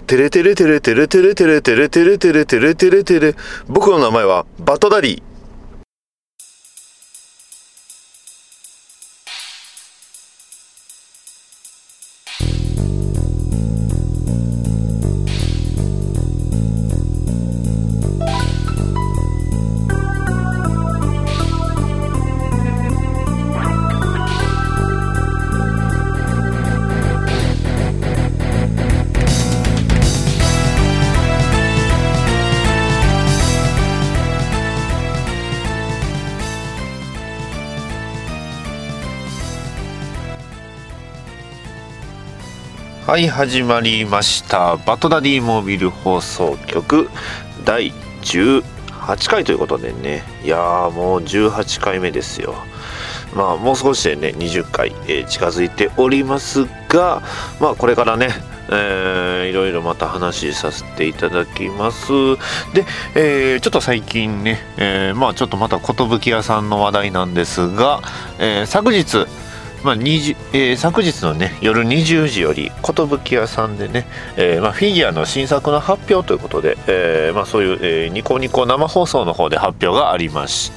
テレテレテレテレテレテレテレテレテレテレテレテレ。僕の名前はバッドダディ。はい、始まりました。バッドダディモービル放送局第18回ということでね。いやー、もう18回目ですよ。まあもう少しでね20回、近づいておりますが、まあこれからねいろいろまた話させていただきます。で、ちょっと最近ね、まあちょっとまた寿屋さんの話題なんですが、昨日昨日のね夜20時より寿屋さんでね、フィギュアの新作の発表ということで、そういう、ニコニコ生放送の方で発表がありました。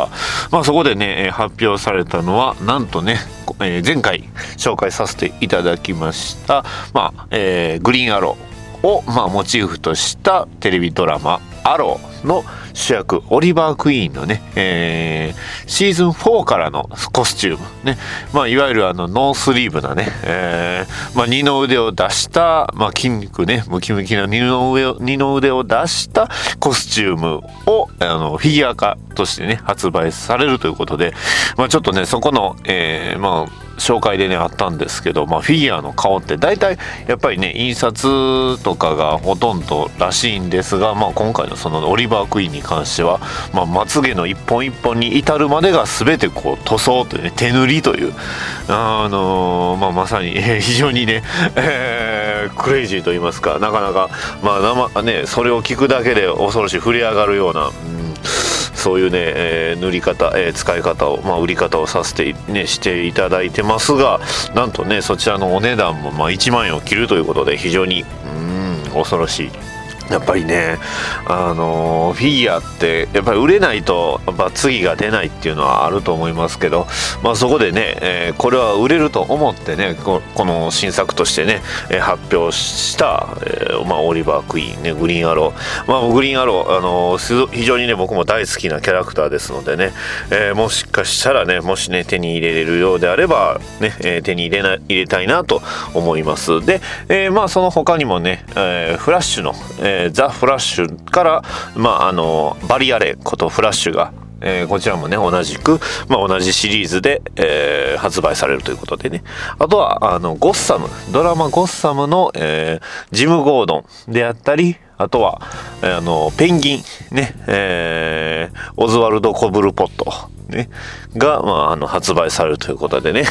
そこでね発表されたのはなんとね、前回紹介させていただきました、グリーンアローを、モチーフとしたテレビドラマアローの主役オリバー・クイーンのね、シーズン4からのコスチュームね、いわゆるノースリーブなね、二の腕を出した、筋肉ねムキムキな二の腕を出したコスチュームをフィギュア化としてね発売されるということで、ちょっとねそこの、紹介でねあったんですけど、フィギュアの顔って大体やっぱりね印刷とかがほとんどらしいんですが、今回のそのオリバー・クイーンに関しては、まつげの一本一本に至るまでが全てこう塗装というね手塗りというまさに、非常にね、クレイジーと言いますか、なかなかそれを聞くだけで恐ろしい震え上がるような、そういうね、塗り方、使い方を、売り方をさせて、ね、していただいてますが、なんとねそちらのお値段も1万円を切るということで非常に恐ろしい。やっぱりねフィギュアってやっぱり売れないと次が出ないっていうのはあると思いますけど、そこでね、これは売れると思ってねこの新作としてね、発表した、オリバー・クイーンねグリーンアロー、グリーンアロー非常にね僕も大好きなキャラクターですのでね、もしかしたらねもしね手に入れれるようであればね、手に入れたいなと思います。で、その他にもね、フラッシュの、ザ・フラッシュから、バリアレことフラッシュが、こちらもね同じく、同じシリーズで、発売されるということでね、あとはゴッサムドラマゴッサムの、ジム・ゴードンであったり、あとはペンギンね、オズワルド・コブルポットねが、発売されるということでね、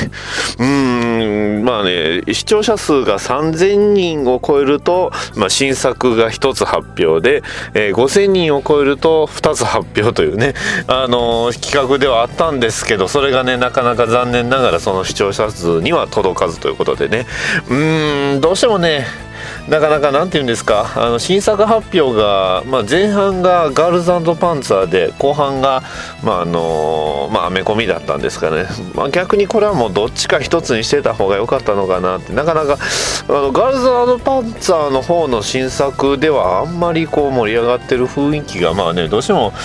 視聴者数が3000人を超えると、新作が1つ発表で、5000人を超えると2つ発表というね企画ではあったんですけど、それがねなかなか残念ながらその視聴者数には届かずということでね、どうしてもねなかなかなんていうんですか、新作発表が、前半がガールズ&パンツァーで後半がアメコミだったんですかね、逆にこれはもうどっちか一つにしてた方が良かったのかなって。なかなかガールズ&パンツァーの方の新作ではあんまりこう盛り上がってる雰囲気がどうしても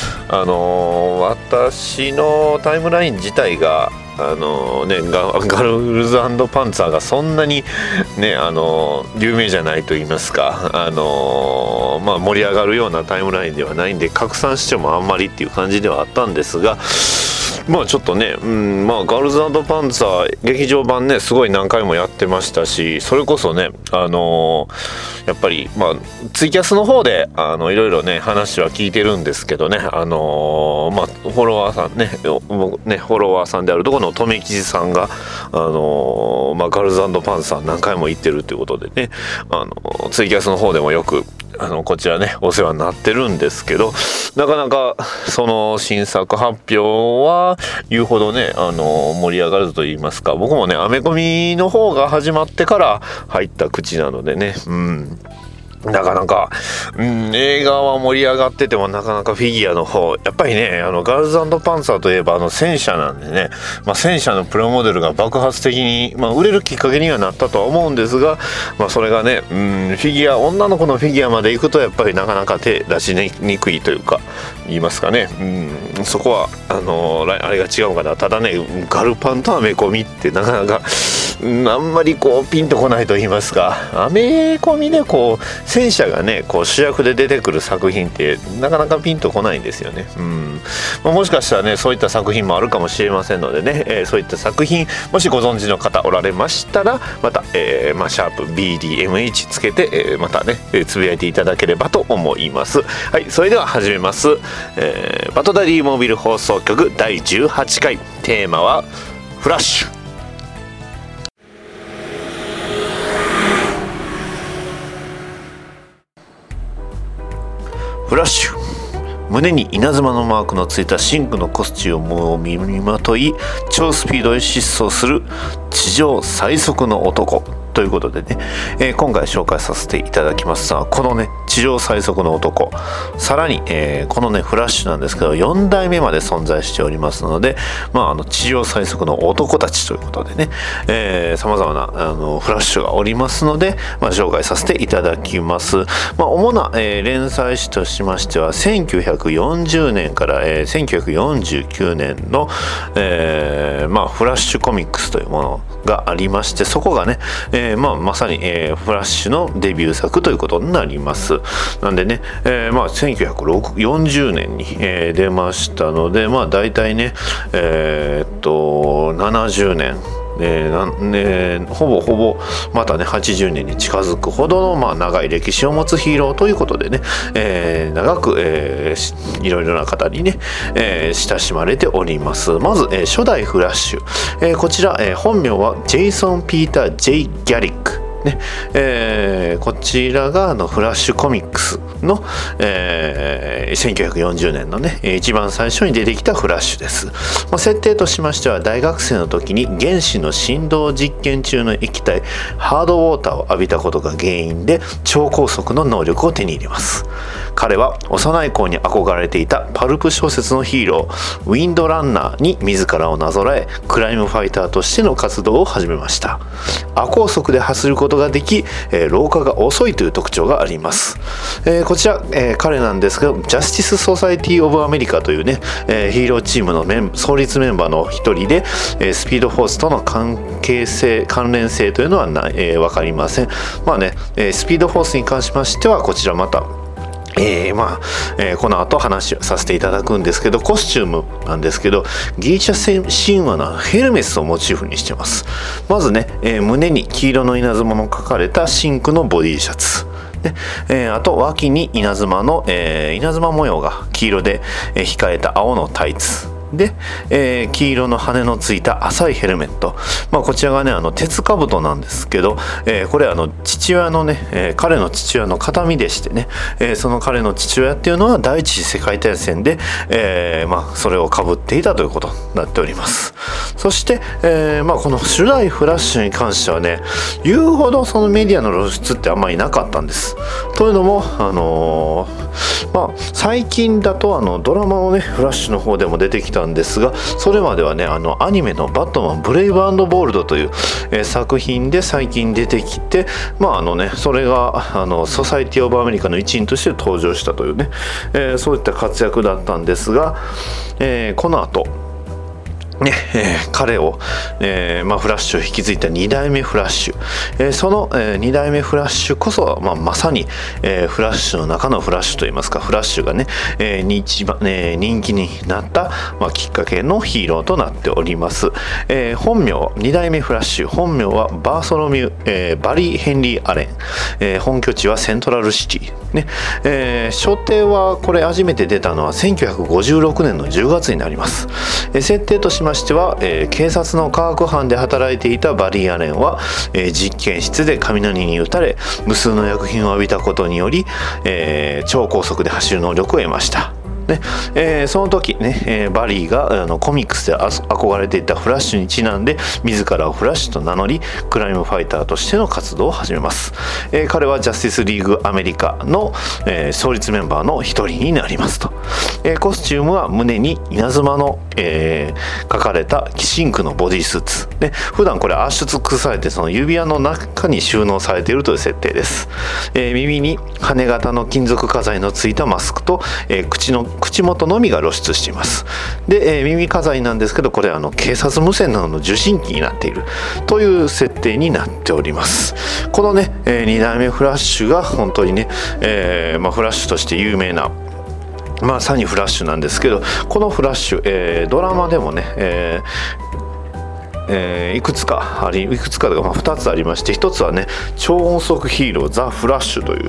私のタイムライン自体がガールズ&パンツァーがそんなにね有名じゃないと言いますか、盛り上がるようなタイムラインではないんで、拡散してもあんまりっていう感じではあったんですが、ちょっとね、ガールズ&パンツァー劇場版ねすごい何回もやってましたし、それこそねやっぱりツイキャスの方でいろいろね話は聞いてるんですけどね、フォロワーさんねフォロワーさんであるところの留吉さんがガールズ&パンツァー何回も行ってるということでね、ツイキャスの方でもよくこちらねお世話になってるんですけど、なかなかその新作発表は言うほどね盛り上がると言いますか、僕もねアメコミの方が始まってから入った口なのでね、 なかなか、映画は盛り上がっててもなかなかフィギュアの方、やっぱりね、ガールズ&パンツァーといえば戦車なんでね、戦車のプラモデルが爆発的に、売れるきっかけにはなったとは思うんですが、それがね、フィギュア、女の子のフィギュアまで行くとやっぱりなかなか手出しにくいというか、言いますかね、そこはあれが違うかな。ただね、ガルパンとアメコミってなかなか、あんまりピンとこないと言いますか、アメコミで戦車がね主役で出てくる作品ってなかなかピンとこないんですよね。もしかしたらねそういった作品もあるかもしれませんのでね、そういった作品もしご存知の方おられましたらまた、シャープ BDMH つけて、またねつぶやいていただければと思います。はい、それでは始めます。バトダディモービル放送局第18回、テーマはフラッシュ。フラッシュ、胸に稲妻のマークのついたシンクのコスチュームを身にまとい超スピードで疾走する地上最速の男ということでね、今回紹介させていただきますのはこのね地上最速の男、さらに、このねフラッシュなんですけど4代目まで存在しておりますので、地上最速の男たちということでね、様々なフラッシュがおりますので、紹介させていただきます。主な、連載誌としましては1940年から、1949年の、フラッシュコミックスというものがありまして、そこがね、まさに、フラッシュのデビュー作ということになります。なんでね、1940年に、出ましたので、だいたいね、70年、ほぼまたね80年に近づくほどの、長い歴史を持つヒーローということでね、長く、いろいろな方にね、親しまれております。まず、初代フラッシュ、こちら、本名はジェイソン・ピーター・J・ギャリックね、こちらがフラッシュコミックスの、1940年のね一番最初に出てきたフラッシュです。設定としましては大学生の時に原子の振動実験中の液体ハードウォーターを浴びたことが原因で超高速の能力を手に入れます。彼は幼い頃に憧れていたパルプ小説のヒーローウィンドランナーに自らをなぞらえクライムファイターとしての活動を始めました。亜高速で走ることができ、老化が遅いという特徴があります。こちら、彼なんですけどジャスティス・ソサイティ・オブ・アメリカというね、ヒーローチームの創立メンバーの一人で、スピードフォースとの関連性というのは分かりません。スピードフォースに関しましてはこちらまたこの後話をさせていただくんですけど、コスチュームなんですけどギリシャ神話のヘルメスをモチーフにしてます。まずね、胸に黄色の稲妻の描かれたシンクのボディシャツで、あと脇に稲妻模様が黄色で、控えた青のタイツで、黄色の羽のついた浅いヘルメット、こちらがね鉄兜なんですけど、これ父親のね、彼の父親の形見でしてね、その彼の父親っていうのは第一次世界大戦で、それをかぶっていたということになっております。そして、この初代フラッシュに関してはね言うほどそのメディアの露出ってあんまりなかったんです。というのも最近だとドラマのねフラッシュの方でも出てきたんですが、それまではねアニメのバットマンブレイブ&ボールドという、作品で最近出てきてそれがソサイティ・オブ・アメリカの一員として登場したというね、そういった活躍だったんですが、この後彼を、フラッシュを引き継いだ2代目フラッシュ、その、2代目フラッシュこそ、まさに、フラッシュの中のフラッシュといいますか、フラッシュがね、一番、人気になった、きっかけのヒーローとなっております。本名2代目フラッシュ本名はバーソロミュバリー・ヘンリー・アレン、本拠地はセントラルシティね、初手はこれ初めて出たのは1956年の10月になります。設定としましては、警察の科学班で働いていたバリー・アレンは、実験室で雷に打たれ無数の薬品を浴びたことにより、超高速で走る能力を得ました。 ね。その時ね、バリーがコミックスで憧れていたフラッシュにちなんで自らをフラッシュと名乗りクライムファイターとしての活動を始めます。彼はジャスティスリーグアメリカの、創立メンバーの一人になりますと。コスチュームは胸に稲妻の、書かれたシンクのボディスーツ、ね、普段これ圧縮されてその指輪の中に収納されているという設定です。耳に羽型の金属飾りのついたマスクと、口元のみが露出しています。で、耳飾りなんですけどこれ警察無線などの受信機になっているという設定になっております。このね、2代目フラッシュが本当にね、フラッシュとして有名なサニーフラッシュなんですけど、このフラッシュ、ドラマでもね、いくつかというか2つありまして、1つはね超音速ヒーローザ・フラッシュという、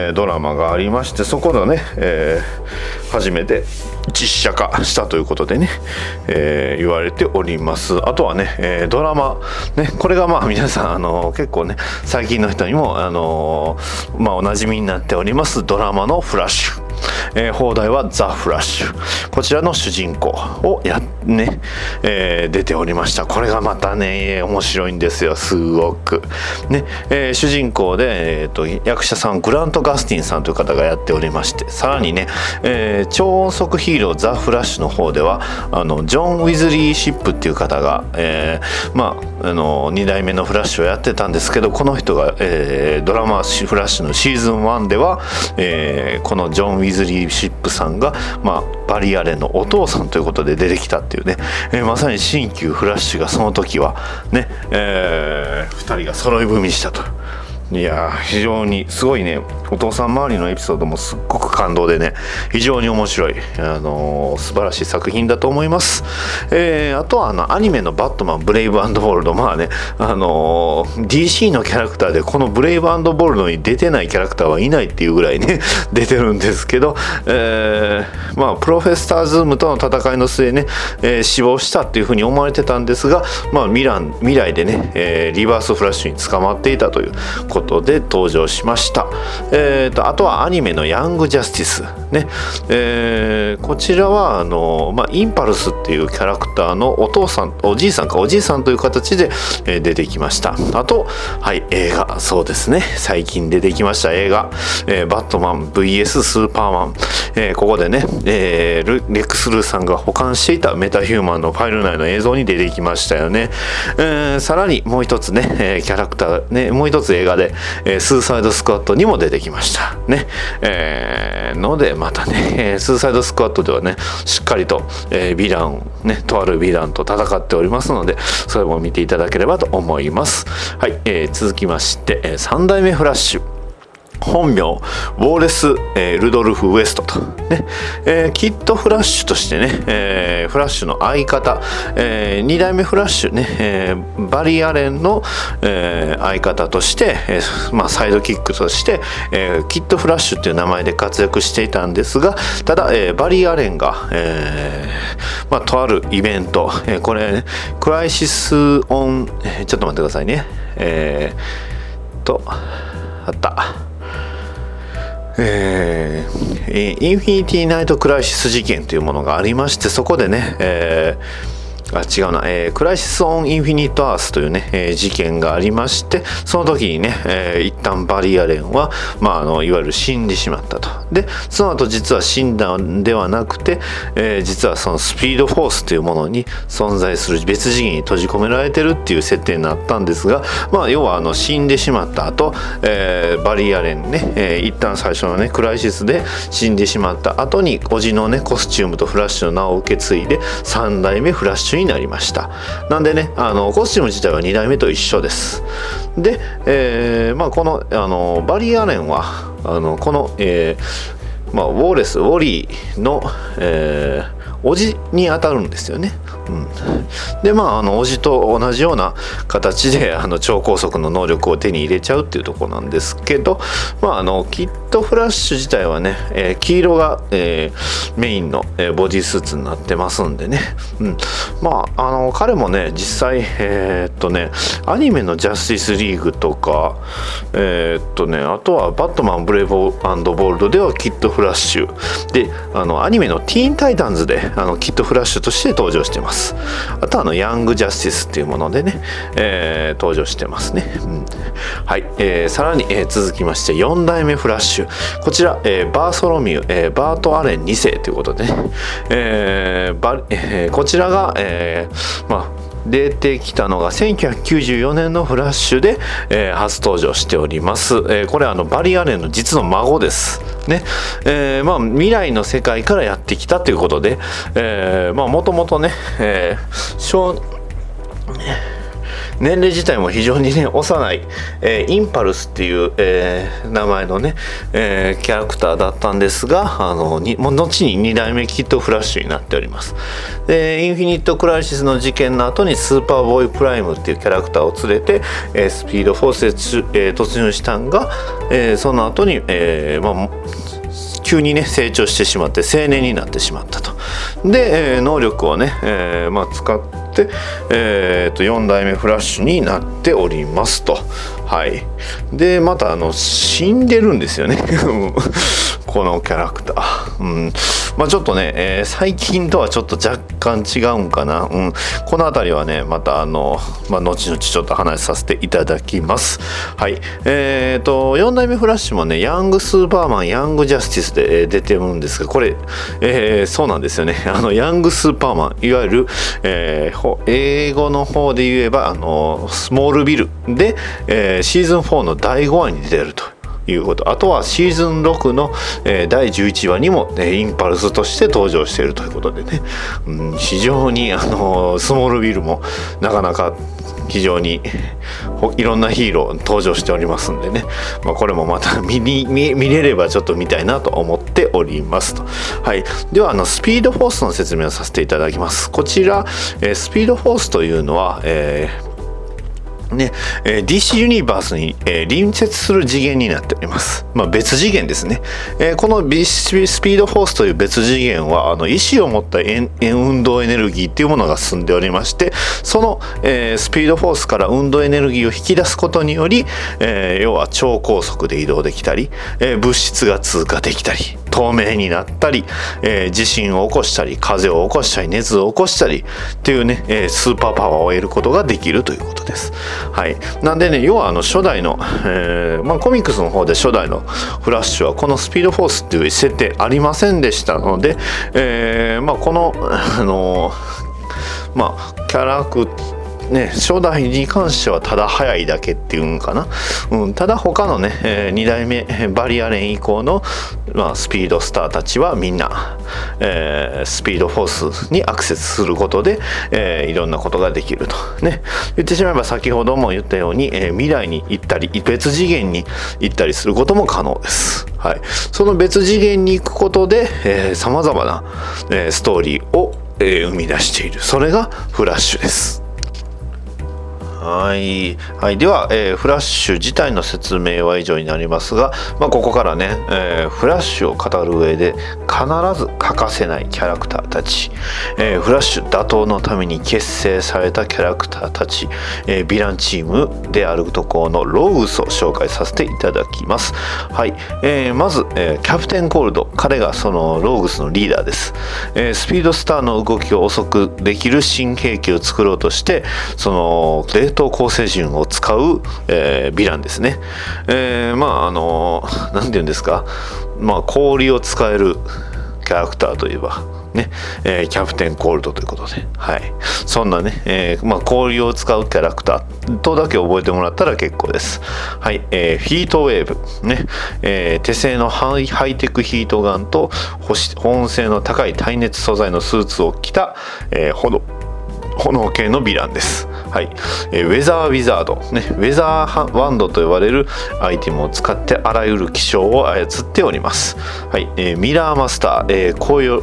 ドラマがありまして、そこでね、初めて実写化したということでね、言われております。あとはね、ドラマね、これが皆さん結構ね最近の人にもおなじみになっておりますドラマのフラッシュ。放題はザ・フラッシュ、こちらの主人公を出ておりました。これがまたね面白いんですよ、すごくね。主人公で、役者さんグラント・ガスティンさんという方がやっておりまして、さらにね、超音速ヒーローザ・フラッシュの方ではジョン・ウィズリー・シップっていう方が、2代目のフラッシュをやってたんですけど、この人が、ドラマフラッシュのシーズン1では、このジョン・ウィズリー・シップさんが、バリー・アレンのお父さんということで出てきたっていうね、まさに新旧フラッシュがその時はね、2人が揃い踏みしたと。いや非常にすごいね、お父さん周りのエピソードもすっごく感動でね、非常に面白い、素晴らしい作品だと思います。あとはアニメのバットマンブレイブ&ボールド、DC のキャラクターでこのブレイブ&ボールドに出てないキャラクターはいないっていうぐらいね出てるんですけど、プロフェッサーズームとの戦いの末ね、死亡したっていうふうに思われてたんですが、未来でね、リバースフラッシュに捕まっていたということで登場しました。あとはアニメのヤングジャスティスね、こちらはインパルスっていうキャラクターのおじいさんという形で、出てきました。あと映画、そうですね、最近出てきました映画、バットマン VS スーパーマン、ここでね、レックス・ルーさんが保管していたメタヒューマンのファイル内の映像に出てきましたよね。さらにもう一つね、キャラクターね、もう一つ映画でスーサイドスクワットにも出てきましたね。のでまたね、スーサイドスクワットではねしっかりと、ヴィランね、とあるヴィランと戦っておりますので、それも見ていただければと思います。はい、続きまして、3代目フラッシュ、本名ウォーレス、ルドルフ・ウエストと、ね、キッドフラッシュとしてね、フラッシュの相方、2代目フラッシュね、バリー・アレンの、相方として、サイドキックとして、キッドフラッシュっていう名前で活躍していたんですが、ただ、バリー・アレンが、とあるイベント、これね、クライシス・オン、ちょっと待ってくださいね、あったインフィニティナイトクライシス事件というものがありまして、そこでね、クライシス・オン・インフィニット・アースというね、事件がありまして、その時にね、一旦バリー・アレンは、いわゆる死んでしまったと。で、その後実は死んだんではなくて、実はそのスピードフォースというものに存在する別次元に閉じ込められてるっていう設定になったんですが、要は死んでしまった後、バリー・アレンね、一旦最初のね、クライシスで死んでしまった後に、叔父のね、コスチュームとフラッシュの名を受け継いで、3代目フラッシュになりました。なんでね、コスチューム自体は2代目と一緒です。で、このバリー・アレンはこの、ウォーレス・ウォリーの、 おじに当たるんですよね。でおじと同じような形で超高速の能力を手に入れちゃうっていうところなんですけど、キッドフラッシュ自体はね、黄色が、メインの、ボディスーツになってますんでね、彼もね実際アニメのジャスティスリーグとかあとはバットマンブレイブ&ボールドではキッドフラッシュで、アニメのティーンタイタンズでキッドフラッシュとして登場してます。あとヤングジャスティスっていうものでね、登場してますね。はい、さらに、続きまして4代目フラッシュ、こちら、バーソロミュ、バート・アレン2世ということでね、こちらが、出てきたのが1994年のフラッシュで、初登場しております。これバリ・アレンの実の孫ですね。未来の世界からやってきたということで、もともとね、年齢自体も非常にね幼い、インパルスっていう、名前のね、キャラクターだったんですが後に2代目キッドフラッシュになっております。でインフィニットクライシスの事件の後にスーパーボーイプライムっていうキャラクターを連れて、スピードフォースへ、突入したんが、その後に、急にね成長してしまって青年になってしまったと。で、能力をね、使って4代目フラッシュになっておりますと。はい。でまた死んでるんですよねこのキャラクター。ちょっとね、最近とはちょっと若干違うんかな。このあたりはねまた後々ちょっと話させていただきます。はい。4代目フラッシュもねヤングスーパーマンヤングジャスティスで、出てるんですが、これ、そうなんですよね。ヤングスーパーマンいわゆる、英語の方で言えばスモールビルで、シーズン4の第5話に出てるということ。あとはシーズン6の、第11話にも、インパルスとして登場しているということでね、非常にスモールビルもなかなか非常にいろんなヒーロー登場しておりますんでね、これもまた見れればちょっと見たいなと思っておりますと。はい。ではスピードフォースの説明をさせていただきます。こちら、スピードフォースというのは、DC ユニバースに、隣接する次元になっております。別次元ですね。このスピードフォースという別次元は意志を持った運動エネルギーっていうものが進んでおりまして、その、スピードフォースから運動エネルギーを引き出すことにより、要は超高速で移動できたり、物質が通過できたり透明になったり、地震を起こしたり風を起こしたり熱を起こしたりっていうね、スーパーパワーを得ることができるということです。はい。なんでね、要は初代の、コミックスの方で初代のフラッシュはこのスピードフォースっていう設定ありませんでしたので、このキャラクター初代に関してはただ速いだけっていうのかな。ただ他のね、2代目バリアレン以降の、スピードスターたちはみんな、スピードフォースにアクセスすることで、いろんなことができるとね。言ってしまえば先ほども言ったように、未来に行ったり別次元に行ったりすることも可能です。はい。その別次元に行くことでさまざまな、ストーリーを、生み出している。それがフラッシュです。はい、では、フラッシュ自体の説明は以上になりますが、ここからね、フラッシュを語る上で必ず欠かせないキャラクターたち、フラッシュ打倒のために結成されたキャラクターたち、ヴィランチームであるところのローグスを紹介させていただきます。はい。まず、キャプテンコールド、彼がそのローグスのリーダーです。スピードスターの動きを遅くできる新兵器を作ろうとして、その冷凍構成陣を使う、ヴィランですね。なんていうんですか、氷を使えるキャラクターといえばね、キャプテンコールドということで、はい、そんなね、氷を使うキャラクターとだけ覚えてもらったら結構です。はい。フィートウェーブね、手製のハイテクヒートガンと保温性の高い耐熱素材のスーツを着た、 炎系のヴィランです。はい、ウェザーウィザード、ね、ウェザーワンドと呼ばれるアイテムを使ってあらゆる気象を操っております。はい、ミラーマスター、こういう、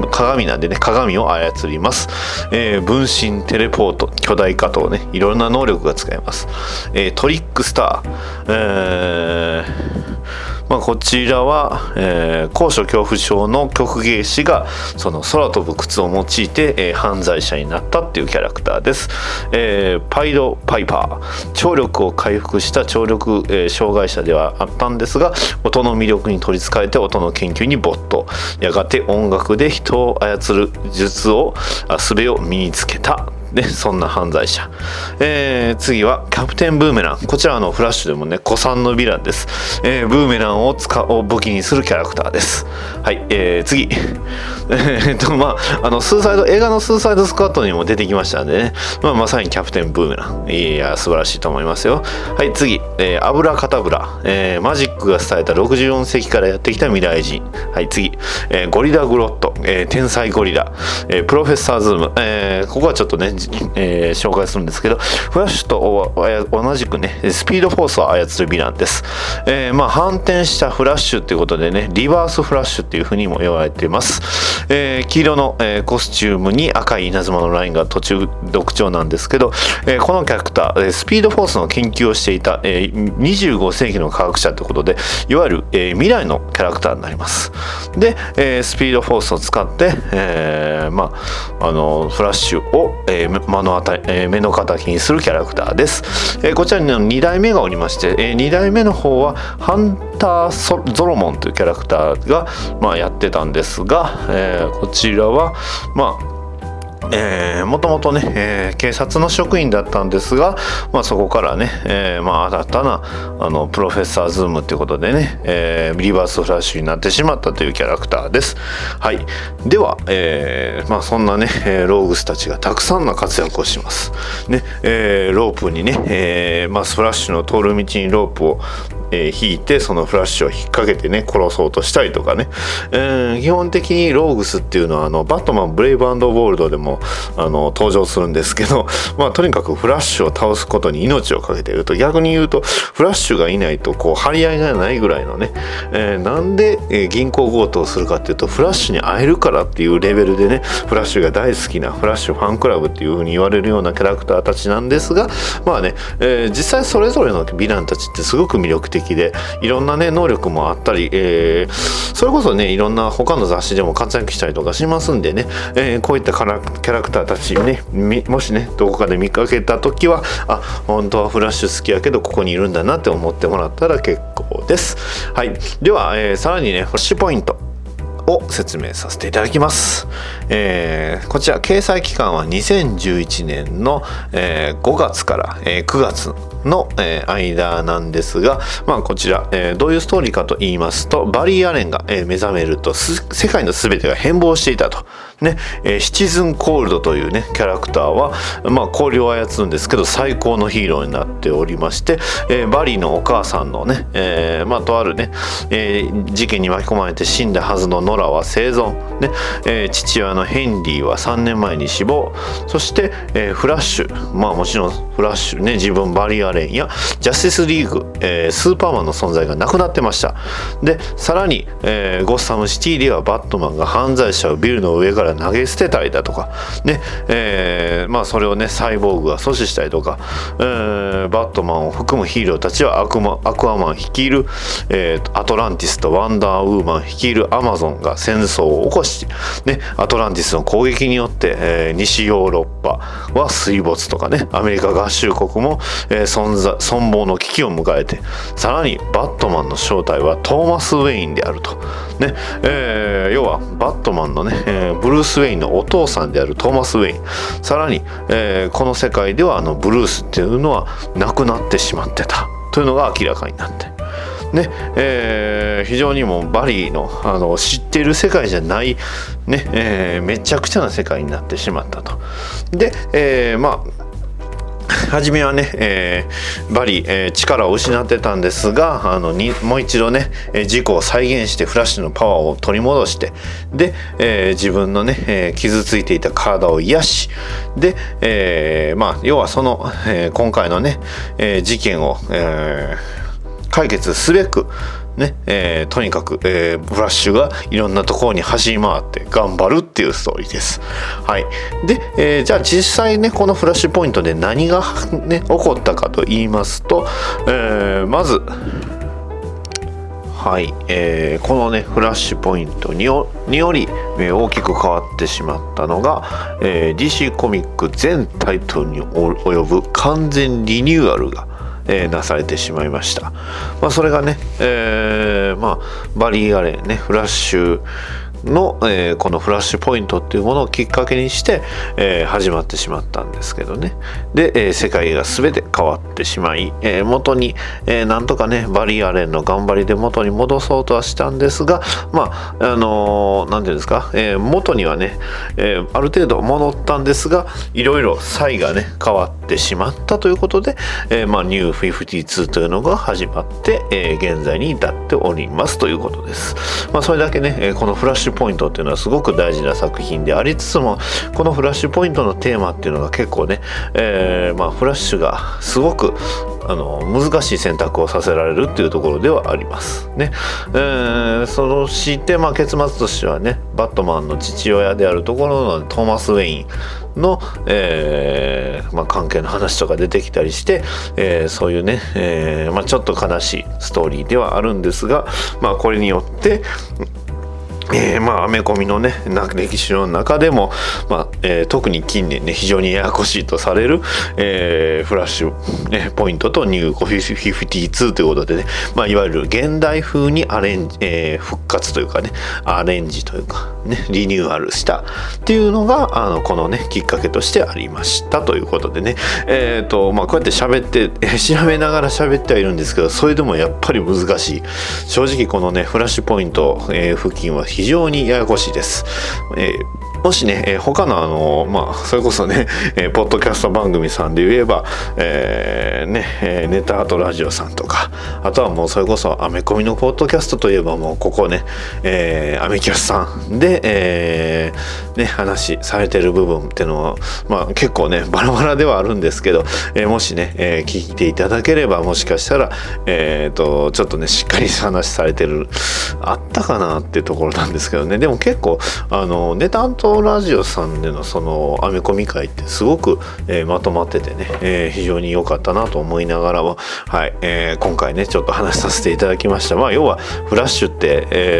鏡なんでね、鏡を操ります。分身、テレポート、巨大化とね、いろんな能力が使えます。トリックスター、こちらは、高所恐怖症の曲芸師がその空飛ぶ靴を用いて、犯罪者になったっていうキャラクターです。パイドパイパー、聴力を回復した聴力、障害者ではあったんですが、音の魅力に取りつかれて音の研究に没頭、やがて音楽で人を操る術を術を身につけた。ね、そんな犯罪者。次はキャプテンブーメラン。こちらフラッシュでもね、古参のヴィランです。ブーメランを武器にするキャラクターです。はい、次。映画のスーサイドスクワットにも出てきましたんでね、まさにキャプテンブーメラン。いや、素晴らしいと思いますよ。はい、次。アブラカタブラ。マジックが伝えた64世紀からやってきた未来人。はい、次。ゴリラグロット。天才ゴリラ。プロフェッサーズーム。ここはちょっとね、紹介するんですけど、フラッシュと同じくねスピードフォースを操るヴィランです。反転したフラッシュということでね、リバースフラッシュっていうふうにも言われています。黄色の、コスチュームに赤い稲妻のラインが途中特徴なんですけど、このキャラクター、スピードフォースの研究をしていた、25世紀の科学者ということで、いわゆる、未来のキャラクターになります。で、スピードフォースを使って、フラッシュを、目の敵にするキャラクターです。こちらに2代目がおりまして、2代目の方はハンターゾロモンというキャラクターが、やってたんですが、こちらはもともとね、警察の職員だったんですが、そこからね、新たなプロフェッサーズームということでね、リバースフラッシュになってしまったというキャラクターです。はい、では、そんなねローグスたちがたくさんの活躍をしますね。ロープにね、フラッシュの通る道にロープを引いて、そのフラッシュを引っ掛けてね殺そうとしたりとかね、基本的にローグスっていうのはバットマンブレイブ&ボールドでも登場するんですけど、とにかくフラッシュを倒すことに命をかけていると。逆に言うとフラッシュがいないと張り合いがないぐらいのね、なんで、銀行強盗をするかっていうとフラッシュに会えるからっていうレベルでね、フラッシュが大好きなフラッシュファンクラブっていう風に言われるようなキャラクターたちなんですが、実際それぞれのヴィランたちってすごく魅力的で、いろんなね能力もあったり、それこそねいろんな他の雑誌でも活躍したりとかしますんでね、こういったキャラクターたちね、もしねどこかで見かけた時は、本当はフラッシュ好きやけどここにいるんだなって思ってもらったら結構です。はい、では、さらにねフラッシュポイントを説明させていただきます。こちら掲載期間は2011年の、5月から、9月の、間なんですが、こちら、どういうストーリーかと言いますと、バリー・アレンが、目覚めると世界の全てが変貌していたと。ね、シチズン・コールドというねキャラクターは、氷を操るんですけど最高のヒーローになっておりまして、バリーのお母さんのね、とあるね、事件に巻き込まれて死んだはずのノラは生存、ね、父親のヘンリーは3年前に死亡。そして、フラッシュ、もちろんフラッシュね、自分バリー・アレンやジャスティスリーグ、スーパーマンの存在がなくなってました。でさらに、ゴッサムシティではバットマンが犯罪者をビルの上から投げ捨てたりだとかね、それをねサイボーグが阻止したりとか、バットマンを含むヒーローたちはアクアマン率いる、アトランティスとワンダーウーマン率いるアマゾンが戦争を起こし、ね、アトランティスの攻撃によって、西ヨーロッパは水没とかね、アメリカ合衆国も、存亡の危機を迎えて、さらにバットマンの正体はトーマス・ウェインであると、ね、要はバットマンのね、ブルース・ウェインのお父さんであるトーマス・ウェイン、さらに、この世界ではブルースっていうのはなくなってしまってたというのが明らかになってね、非常にもバリーの、知っている世界じゃない、ね、めちゃくちゃな世界になってしまったと。で、 初めはね、バリ、力を失ってたんですがもう一度ね事故を再現してフラッシュのパワーを取り戻してで、自分のね、傷ついていた体を癒しで、要はその、今回のね、事件を、解決すべくねとにかく、フラッシュがいろんなところに走り回って頑張るっていうストーリーです。はい。で、じゃあ実際ねこのフラッシュポイントで何がね起こったかと言いますと、まずはい、このねフラッシュポイントにより、大きく変わってしまったのが、DC コミック全タイトルに及ぶ完全リニューアルがなされてしまいました。それがね、バリー・アレンねフラッシュの、このフラッシュポイントっていうものをきっかけにして、始まってしまったんですけどね。で、世界が全て変わってしまい、元に、なんとかねバリー・アレンの頑張りで元に戻そうとはしたんですがなんていうんですか、元にはね、ある程度戻ったんですがいろいろ際がね変わってしまったということで、ニュー52というのが始まって、現在に至っておりますということです。それだけね、このフラッシュポイントっていうのはすごく大事な作品でありつつもこのフラッシュポイントのテーマっていうのが結構ね、フラッシュがすごく難しい選択をさせられるっていうところではありますね。そして結末としてはねバットマンの父親であるところのトーマス・ウェインの、関係の話とか出てきたりして、そういうね、ちょっと悲しいストーリーではあるんですが、これによってアメコミのね歴史の中でも、特に近年ね非常にややこしいとされる、フラッシュ、ポイントとニュー52ということでね、いわゆる現代風に復活というかねアレンジというかねリニューアルしたっていうのがこのねきっかけとしてありましたということでねこうやって喋って調べながら喋ってはいるんですけどそれでもやっぱり難しい。正直このねフラッシュポイント、付近は非常にややこしいです。もしね、他のそれこそね、ポッドキャスト番組さんで言えば、ネタアートラジオさんとかあとはもうそれこそアメコミのポッドキャストといえばもうここね、アメキャスさんで、話されてる部分っていうのは、結構ねバラバラではあるんですけど、もしね、聞いていただければもしかしたら、ちょっとねしっかり話されてるあったかなっていうところなんですけどね。でも結構ネタアートラジオさんでのそのアメコミ会ってすごく、まとまっててね、非常に良かったなと思いながらも、はい、今回ねちょっと話させていただきました。要はフラッシュって、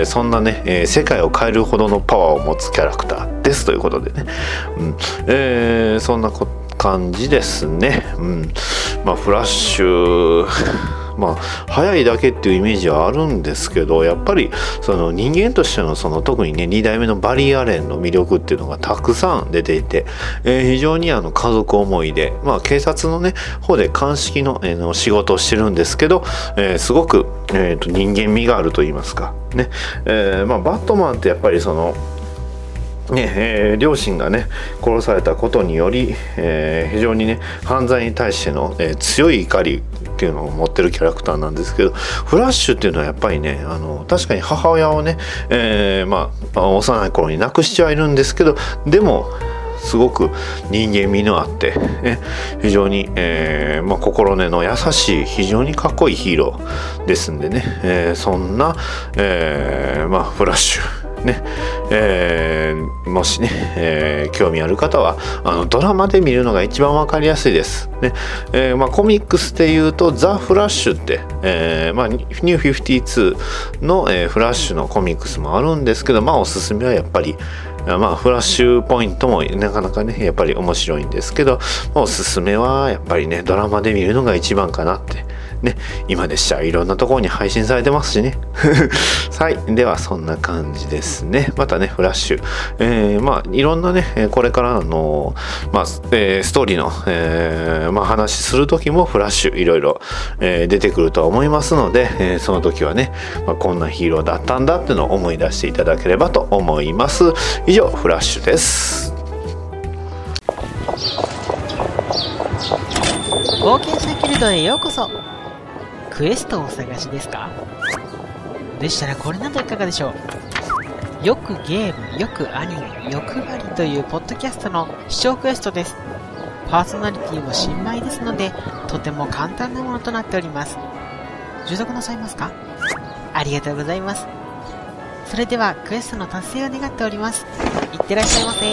そんなね、世界を変えるほどのパワーを持つキャラクターですということでね、そんな感じですね。フラッシュ早いだけっていうイメージはあるんですけどやっぱりその人間としての特にね2代目のバリー・アレンの魅力っていうのがたくさん出ていて、非常に家族思いで、警察のね方で鑑識の、仕事をしてるんですけど、すごく、人間味があると言いますかね、バットマンってやっぱりその両親がね殺されたことにより、非常にね犯罪に対しての、強い怒りっていうのを持ってるキャラクターなんですけどフラッシュっていうのはやっぱりね確かに母親をね、幼い頃に亡くしちゃいるんですけどでもすごく人間味のあって、非常に、心根の優しい非常にかっこいいヒーローですんでね、そんな、フラッシュねもしね、興味ある方はドラマで見るのが一番わかりやすいですね。コミックスでいうとザ・フラッシュって、ニュー52の、フラッシュのコミックスもあるんですけどおすすめはやっぱりフラッシュポイントもなかなかねやっぱり面白いんですけどおすすめはやっぱりねドラマで見るのが一番かなってね、今でしたらいろんなところに配信されてますしねはい、ではそんな感じですね。またねフラッシュ、いろんなねこれからの、ストーリーの、話する時もフラッシュいろいろ、出てくるとは思いますので、その時はね、こんなヒーローだったんだっていうのを思い出していただければと思います。以上フラッシュです。 冒険者ギルドへようこそ。クエストをお探しですか？でしたらこれなどいかがでしょう。よくゲーム、よくアニメ、欲張りというポッドキャストの視聴クエストです。パーソナリティも新米ですので、とても簡単なものとなっております。受読なさいますか？ありがとうございます。それではクエストの達成を願っております。いってらっしゃいませ。 や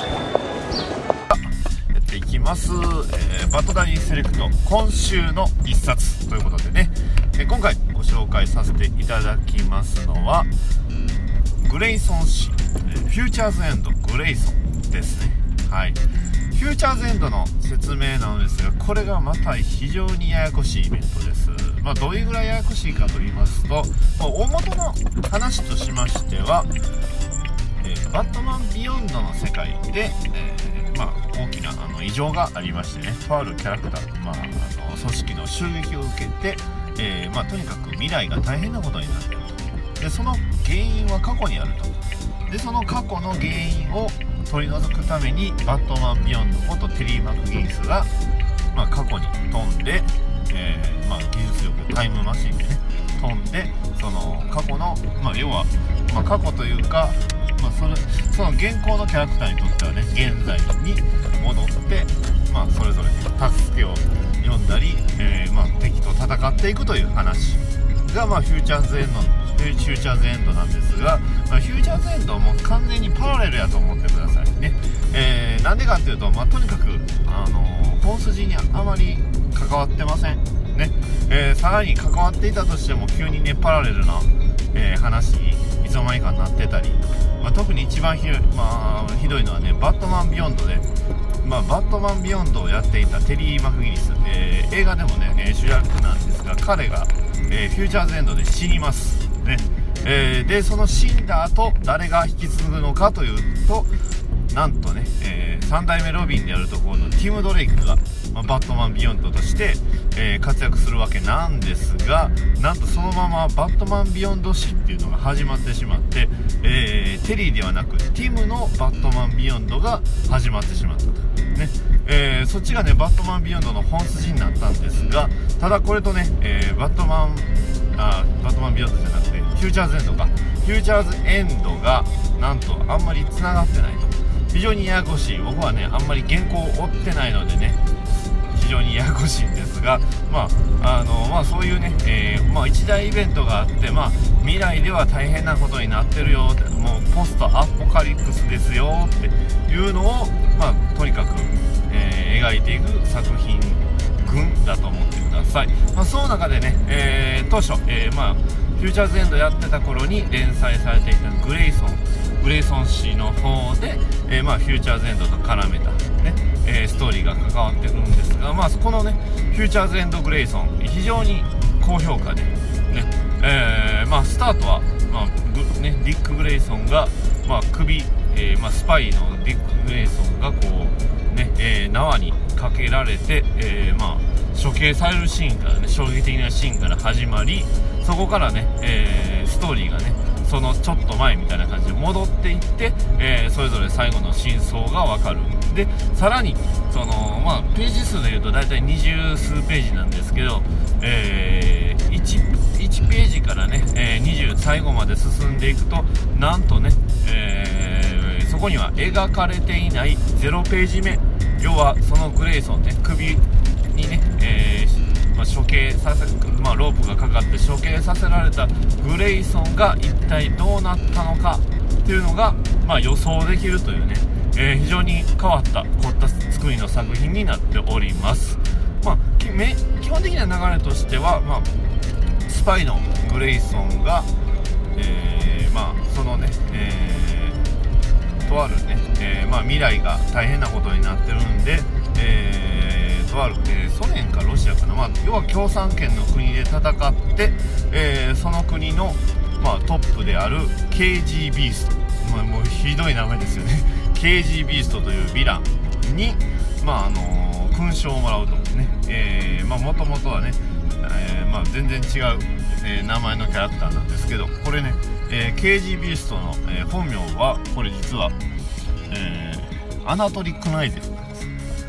っていきます。バトダディセレクト今週の一冊ということでね、今回ご紹介させていただきますのはグレイソン誌、フューチャーズエンドグレイソンですね。はい、フューチャーズエンドの説明なのですが、これがまた非常にややこしいイベントです。どういうぐらいややこしいかと言いますと、大元の話としましては、バットマンビヨンドの世界で、大きな異常がありましてね、とあるキャラクター、組織の襲撃を受けて、とにかく未来が大変なことになっていると。でその原因は過去にあると。でその過去の原因を取り除くためにバットマンビヨンドことテリー・マクギンスが、過去に飛んで、技術力タイムマシンでね飛んで、その過去の、要は、過去というか、その現行のキャラクターにとってはね、現在に戻って、それぞれ、助けを呼んだり、敵と戦っていくという話が、フューチャーズエンドなんですが、フューチャーズエンドはもう完全にパラレルやと思ってくださいね。なんでかっていうと、とにかく本筋にあまり関わってませんね。さらに関わっていたとしても急にねパラレルな、話にいつの間にかなってたり、特に一番ひどいのはね、バットマンビヨンドで、バットマンビヨンドをやっていたテリー・マクギニス、映画でもね、主役なんですが、彼が、フューチャーズエンドで死にますね。でその死んだ後誰が引き継ぐのかというと、なんとね、3代目ロビンであるところのティム・ドレイクが、バットマンビヨンドとして、活躍するわけなんですが、なんとそのままバットマンビヨンド誌っていうのが始まってしまって、テリーではなくティムのバットマンビヨンドが始まってしまったとね。そっちがねバットマンビヨンドの本筋になったんですが、ただこれとね、バットマンビヨンドじゃなくてフューチャーズエンドか、フューチャーズエンドがなんとあんまり繋がってないと。非常にややこしい。僕はねあんまり原稿を追ってないのでね、非常にややこしいんですが、そういうね、一大イベントがあって、未来では大変なことになってるよって、もうポストアポカリプスですよっていうのを、とにかく、描いていく作品群だと思ってください。その中でね、当初、フューチャーズエンドやってた頃に連載されていたグレイソン誌の方で、フューチャーズエンドと絡めたね、ストーリーが関わってくるんですが、このねフューチャーズエンドグレイソン非常に高評価でね、スタートは、ディック・グレイソンが、首、スパイのディック・グレイソンがこうね、縄にかけられて、処刑されるシーンからね、衝撃的なシーンから始まり、そこからね、ストーリーがねそのちょっと前みたいな感じで戻っていって、それぞれ最後の真相が分かる。でさらにその、ページ数でいうと大体20数ページなんですけど、1ページからね、20最後まで進んでいくと、なんとね、そこには描かれていない0ページ目、要はそのグレイソンね、首にね、処刑させ、ロープがかかって処刑させられたグレイソンが一体どうなったのかっていうのが、予想できるというね、非常に変わった凝った作りの作品になっております。基本的な流れとしては、スパイのグレイソンが、そのね、とあるね、未来が大変なことになってるんで、とある、ソ連かロシアかな、要は共産圏の国で戦って、その国の、トップである KG ビースト、もうひどい名前ですよねKG ビーストというヴィランに、勲章をもらうとね、もともとはね、全然違う、名前のキャラクターなんですけど、これね、KG ビーストの、本名はこれ実は、アナトリ・クナイゼフなんです。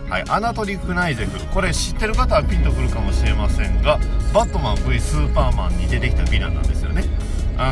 はい、アナトリ・クナイゼフ、これ知ってる方はピンとくるかもしれませんが、バットマン V スーパーマンに出てきたヴィランなんですよね。ア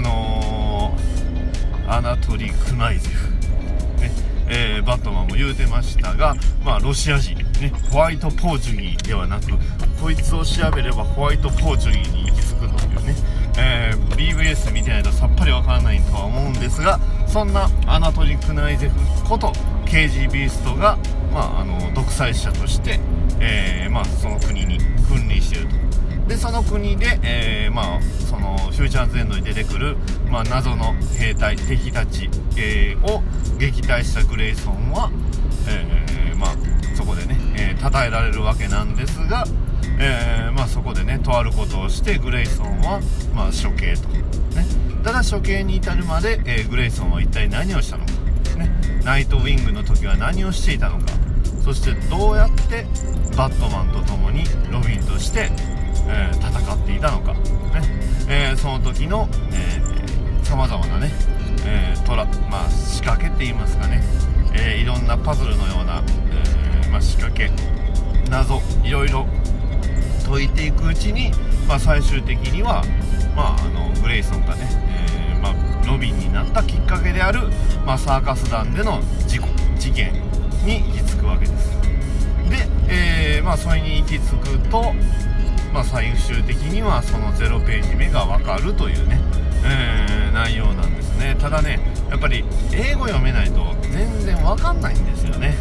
ナトリ・クナイゼフ、ね、バットマンも言うてましたが、ロシア人、ね、ホワイトポーチュギーではなく、こいつを調べればホワイトポーチュギーに行き着くというね、BVS 見てないとさっぱりわからないとは思うんですが、そんなアナトリ・クナイゼフこと KG ビーストが、独裁者として、その国に君臨していると。でその国で、そのフューチャーズエンドに出てくる、謎の兵隊敵たち、を撃退したグレイソンは、そこでね、称えられるわけなんですが、そこでねとあることをしてグレイソンは、処刑と、ね、ただ処刑に至るまで、グレイソンは一体何をしたのか、ね、ナイトウィングの時は何をしていたのか、そしてどうやってバットマンと共にロビンとして、戦っていたのか、ね、その時のさまざまなね、仕掛けって言いますかね、いろんなパズルのような、仕掛け謎いろいろ解いていくうちに、最終的には、グレイソンがね、ロビンになったきっかけである、サーカス団での事件に行き着くわけです。で、それに行き着くと、最終的にはその0ページ目が分かるというね、内容なんですね。ただねやっぱり英語読めないと全然分かんないんですよね。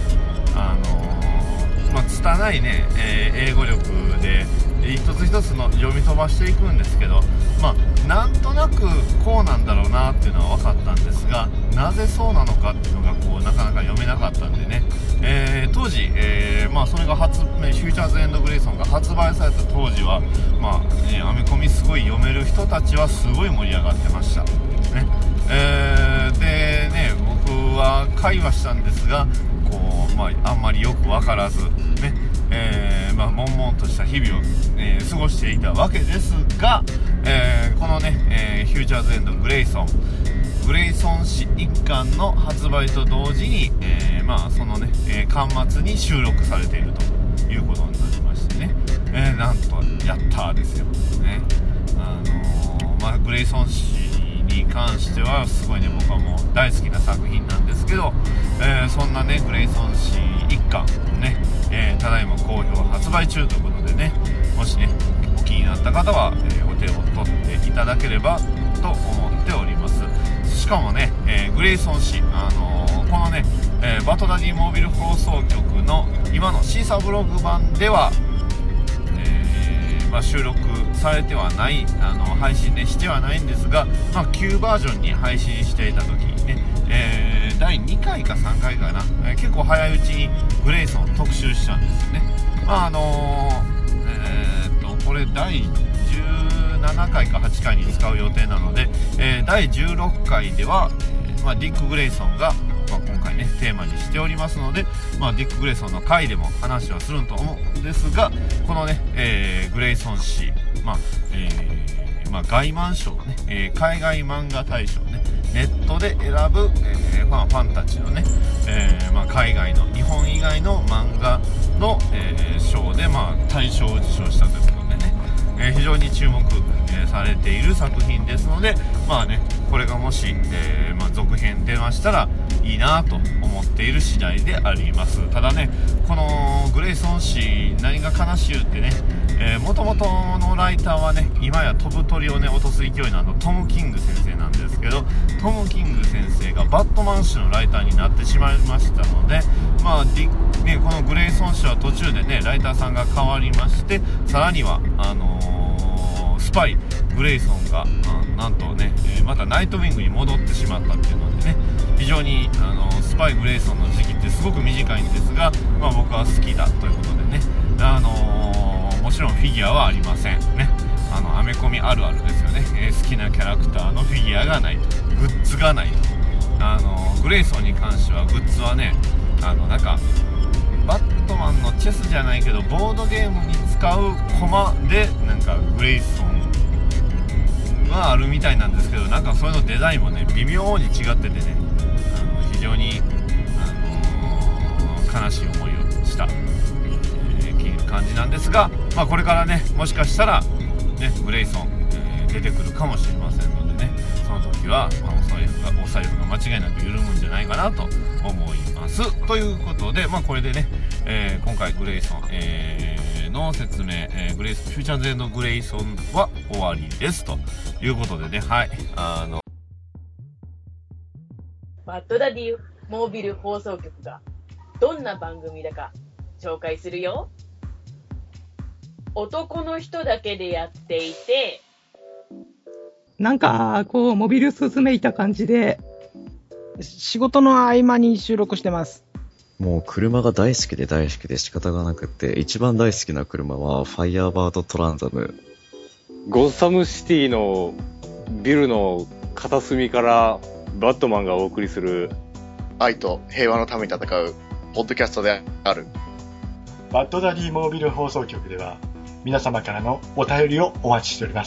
拙いね、英語力で一つ一つの読み飛ばしていくんですけど、なんとなくこうなんだろうなっていうのは分かったんですが、なぜそうなのかっていうのがなかなか読めなかったんでね、当時、それがフューチャーズエンドグレイソンが発売された当時は、アメコミすごい読める人たちはすごい盛り上がってました、ね。でね僕は会話したんですがあんまりよく分からずね、悶々とした日々を、過ごしていたわけですが、このね、フューチャーズエンドグレイソン氏一巻の発売と同時に、そのね、巻末に収録されているということになりましてね、なんとやったーですよね。グレイソン氏に関してはすごいね僕はもう大好きな作品なんですけど、そんなねグレイソン氏一巻ね、ただいま好評発売中ということでね、もしねお気になった方は、お手を取っていただければと思っております。しかもね、グレイソン氏、このね、バトダディモービル放送局の今のシーサーブログ版では、収録されてはない配信ねしてはないんですが、旧バージョンに配信していた時にね、第2回か3回かな、結構早いうちにグレイソンを特集したんですよね。これ第17回か8回に使う予定なので、第16回では、ディック・グレイソンが、今回ねテーマにしておりますので、ディック・グレイソンの回でも話はすると思うんですが、このね、グレイソン氏、ガイマン賞ね、海外漫画大賞ね、ネットで選ぶ、ファンたちのね、海外の日本以外の漫画の、賞で、大賞を受賞したということでね、非常に注目、されている作品ですので、これがもし、続編出ましたらいいなと思っている次第であります。ただねこのグレイソン氏何が悲しゅうってね、元々のライターはね今や飛ぶ鳥をね落とす勢いのトム・キング先生なんですけど、トム・キング先生がバットマン氏のライターになってしまいましたので、このグレイソン氏は途中でねライターさんが変わりまして、さらにはスパイグレイソンが、なんとね、またナイトウィングに戻ってしまったっていうのでね、非常にスパイグレイソンの時期ってすごく短いんですが、僕は好きだということでね、もちろんフィギュアはありませんね。アメコミあるあるですよね、好きなキャラクターのフィギュアがないと、グッズがないと。グレイソンに関してはグッズはねなんかバットマンのチェスじゃないけどボードゲームに使うコマでなんかグレイソンがあるみたいなんですけど、なんかそれのデザインもね微妙に違っててね、非常に、悲しい思いをした感じなんですが、まあ、これからねもしかしたら、ね、グレイソン、出てくるかもしれませんのでね、その時は、まあ、お財布が間違いなく緩むんじゃないかなと思いますということで、まあ、これでね、今回グレイソン、の説明、フューチャーズ&グレイソンは終わりですということでね、はい、 バッドダディモービル放送局がどんな番組だか紹介するよ。男の人だけでやっていて、 なんかこうモビルスーツめいた感じで、 仕事の合間に収録してます。 もう車が大好きで仕方がなくて、一番大好きな車はファイヤーバードトランザム。 ゴッサムシティのビルの片隅からバットマンがお送りする愛と平和のために戦うポッドキャストであるバッドダディモービル放送局では皆様からのお便りをお待ちしております。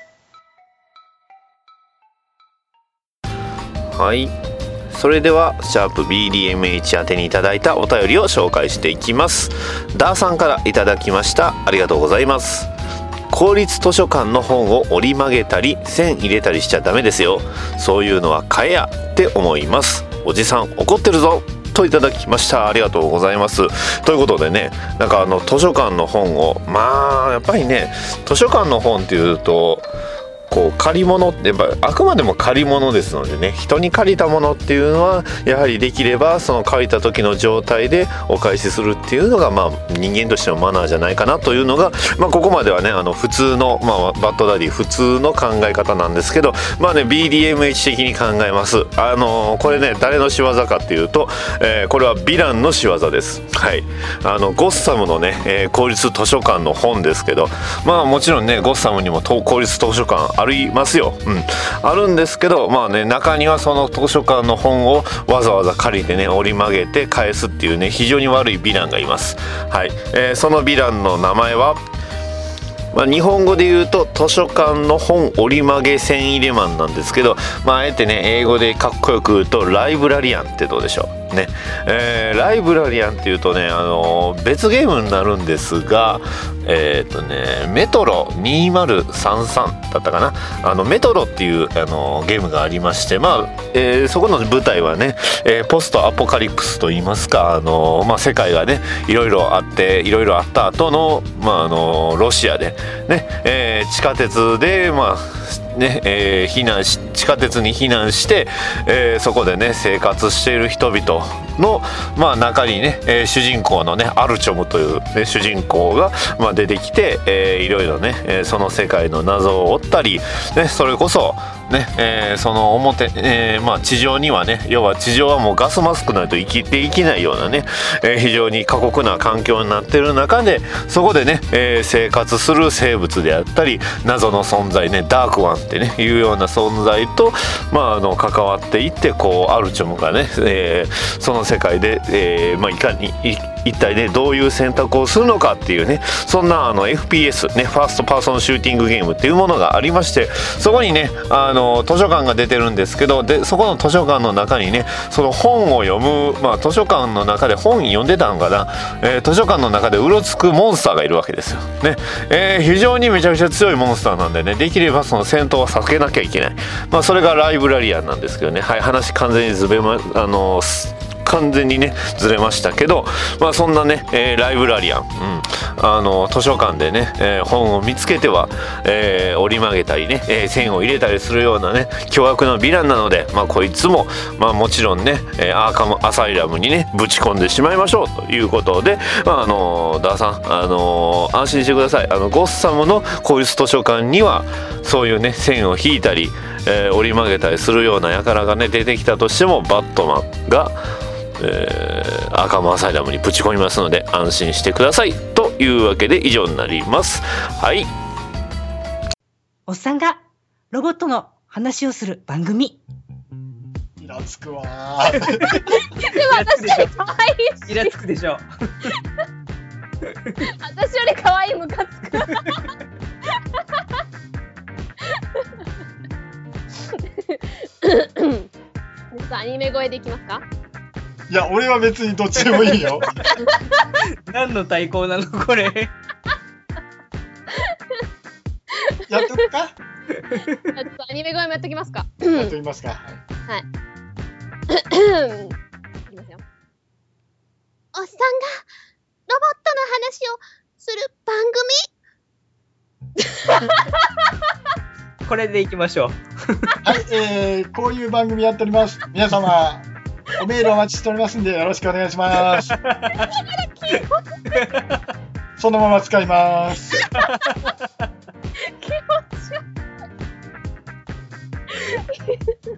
はい、それではシャープ BDMH 宛てにいただいたお便りを紹介していきます。ダーさんからいただきました。ありがとうございます。公立図書館の本を折り曲げたり線入れたりしちゃダメですよ。そういうのは買えやって思います。おじさん怒ってるぞといただきました。ありがとうございます。ということでね、なんか図書館の本を、まあやっぱりね、図書館の本っていうとこう借り物ってやっぱあくまでも借り物ですのでね、人に借りたものっていうのはやはりできればその借りた時の状態でお返しするっていうのが、まあ人間としてのマナーじゃないかなというのが、まあここまではね普通の、まあバッドダディ普通の考え方なんですけど、まあね BDMH 的に考えます。これね誰の仕業かっていうと、これはヴィランの仕業です。はい、ゴッサムのね、公立図書館の本ですけど、まあもちろんねゴッサムにも公立図書館ありますよ、あるんですけど、まあね中にはその図書館の本をわざわざ借りてね折り曲げて返すっていうね非常に悪いヴィランがいます。はい、そのヴィランの名前は、まあ、日本語で言うと図書館の本折り曲げ線入れマンなんですけど、まああえてね英語でかっこよく言うとライブラリアンってどうでしょうね。ライブラリアンっていうとね別ゲームになるんですが、メトロ2033だったかな、メトロっていうゲームがありまして、まあ、そこの舞台はね、ポストアポカリプスといいますか、まあ、世界がねいろいろあった後の、まあ、ロシアでね、地下鉄でまあね、地下鉄に避難して、そこでね生活している人々の、まあ、中にね、主人公のねアルチョムという、ね、主人公が、まあ、出てきて、いろいろね、その世界の謎を追ったり、ね、それこそね、その表、まあ、地上にはね、要は地上はもうガスマスクないと生きていけないようなね、非常に過酷な環境になっている中で、そこでね、生活する生物であったり謎の存在ね、ダークワンってねいうような存在と、まあ、関わっていって、こうアルチョムがね、その世界で、まあ、いかに一体ねどういう選択をするのかっていうね、そんなFPS ね、ファーストパーソンシューティングゲームっていうものがありまして、そこにね図書館が出てるんですけど、でそこの図書館の中にねその本を読む、まあ、図書館の中で本読んでたのかな、図書館の中でうろつくモンスターがいるわけですよね。非常にめちゃくちゃ強いモンスターなんでね、できればその戦闘は避けなきゃいけない、まあ、それがライブラリアンなんですけどね。はい、話完全に完全にねずれましたけど、まあそんなね、ライブラリアン、図書館でね、本を見つけては、折り曲げたりね、線を入れたりするようなね凶悪なヴィランなので、まあこいつもまあもちろんね、アーカムアサイラムにねぶち込んでしまいましょうということで、まあダーさん安心してください。ゴッサムの公立図書館にはそういうね線を引いたり、折り曲げたりするような輩がね出てきたとしても、バットマンがアーカムアサイラムにぶち込みますので安心してくださいというわけで以上になります。はい、 おっさんがロボットの話をする番組。 イラつくわでも私可愛いし、 イラつくでしょ私より可愛い、ムカつくアニメ声でいきますか？ いや、俺は別にどっちでもいいよ何の対抗なのこれ。 やっとくか。 ちょっとアニメ声もやっときますか。 やっときますか。 はい。いきますよ。おっさんがロボットの話をする番組。 これでいきましょう。 はい、こういう番組やっております。皆様、おメールお待ちしておりますんで、よろしくお願いします。そのまま使います。 気持ち悪い。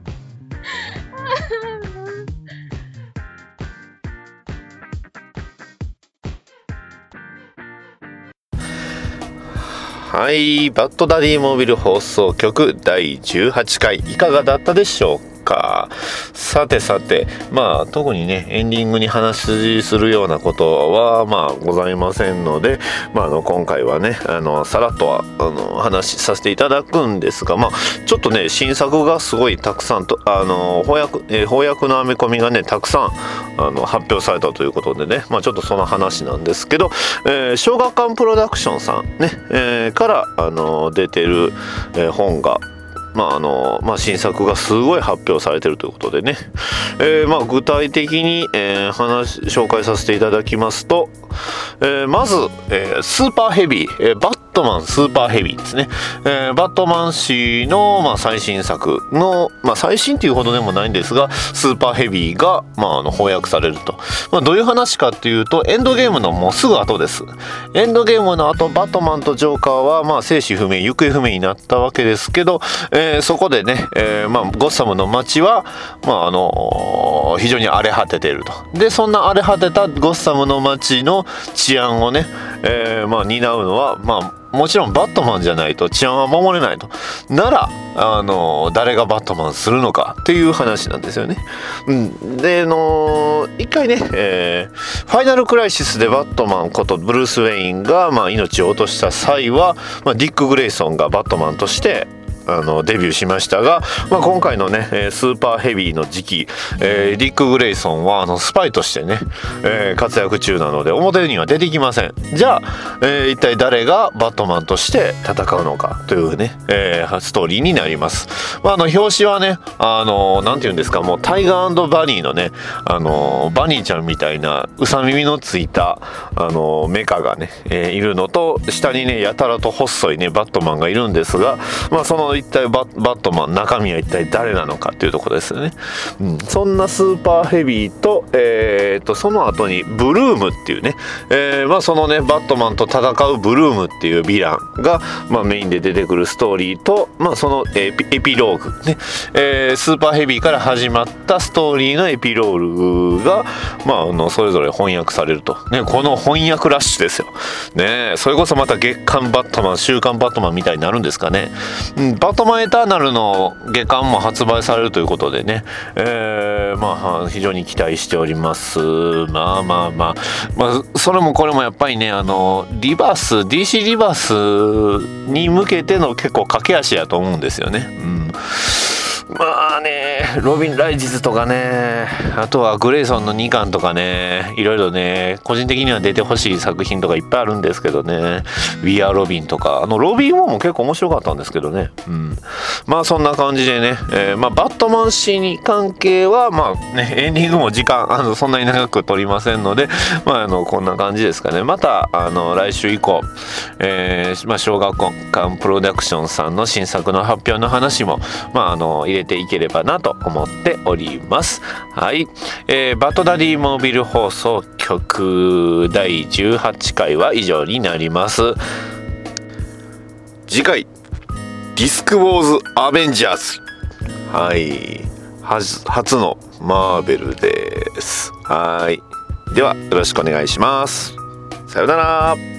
はい、バッドダディモービル放送局第18回いかがだったでしょうか。さてさて、まあ特にねエンディングに話するようなことはまあございませんので、今回はねさらっとは話させていただくんですが、ちょっとね新作がすごいたくさんと翻訳のアメコミがねたくさん発表されたということでね、ちょっとその話なんですけど、小学館プロダクションさんね、から出てる、本が新作がすごい発表されてるということでね、具体的に、紹介させていただきますと、まず、スーパーヘビー、バットマンスーパーヘビーですね、バットマン誌の、最新作の、最新っていうほどでもないんですがスーパーヘビーが、翻訳されると、どういう話かっていうとエンドゲームのもうすぐ後です。エンドゲームの後バットマンとジョーカーは、生死不明行方不明になったわけですけど、そこでね、ゴッサムの街は、非常に荒れ果てていると。でそんな荒れ果てたゴッサムの街の治安をね、担うのはもちろんバットマンじゃないと治安は守れないと。なら誰がバットマンするのかっていう話なんですよね。で一回ね、ファイナルクライシスでバットマンことブルース・ウェインが、命を落とした際は、ディック・グレイソンがバットマンとしてデビューしましたが、今回のねスーパーヘビーの時期、ディック・グレイソンはスパイとしてね、活躍中なので表には出てきません。じゃあ、一体誰がバットマンとして戦うのかというね、ストーリーになります。表紙はねなんていうんですか、もうタイガー&バニーのねバニーちゃんみたいなうさ耳のついたメカがね、いるのと下にねやたらと細いねバットマンがいるんですが、その一体バットマン中身は一体誰なのかっていうところですよね。そんなスーパーヘビーと、その後にブルームっていうね、そのねバットマンと戦うブルームっていうヴィランが、メインで出てくるストーリーと、そのエピローグね、スーパーヘビーから始まったストーリーのエピローグが、それぞれ翻訳されると、ね、この翻訳ラッシュですよ、ね、それこそまた月刊バットマン週刊バットマンみたいになるんですかね。バットマンエターナルの月刊も発売されるということでね、非常に期待しております。それもこれもやっぱりねリバース DC リバースに向けての結構駆け足やと思うんですよね。ロビン・ライジズとかね、あとはグレイソンの2巻とかね、いろいろね個人的には出てほしい作品とかいっぱいあるんですけどね、We Are ロビンとかロビン1も結構面白かったんですけどね。そんな感じでね、バットマン誌に関係はエンディングも時間そんなに長く取りませんので、こんな感じですかね。また来週以降、小学館プロダクションさんの新作の発表の話も入れていければなと思っております。はい、バッドダディモービル放送局第18回は以上になります。次回ディスクウォーズアベンジャーズ、初のマーベルです。ではよろしくお願いします。さようなら。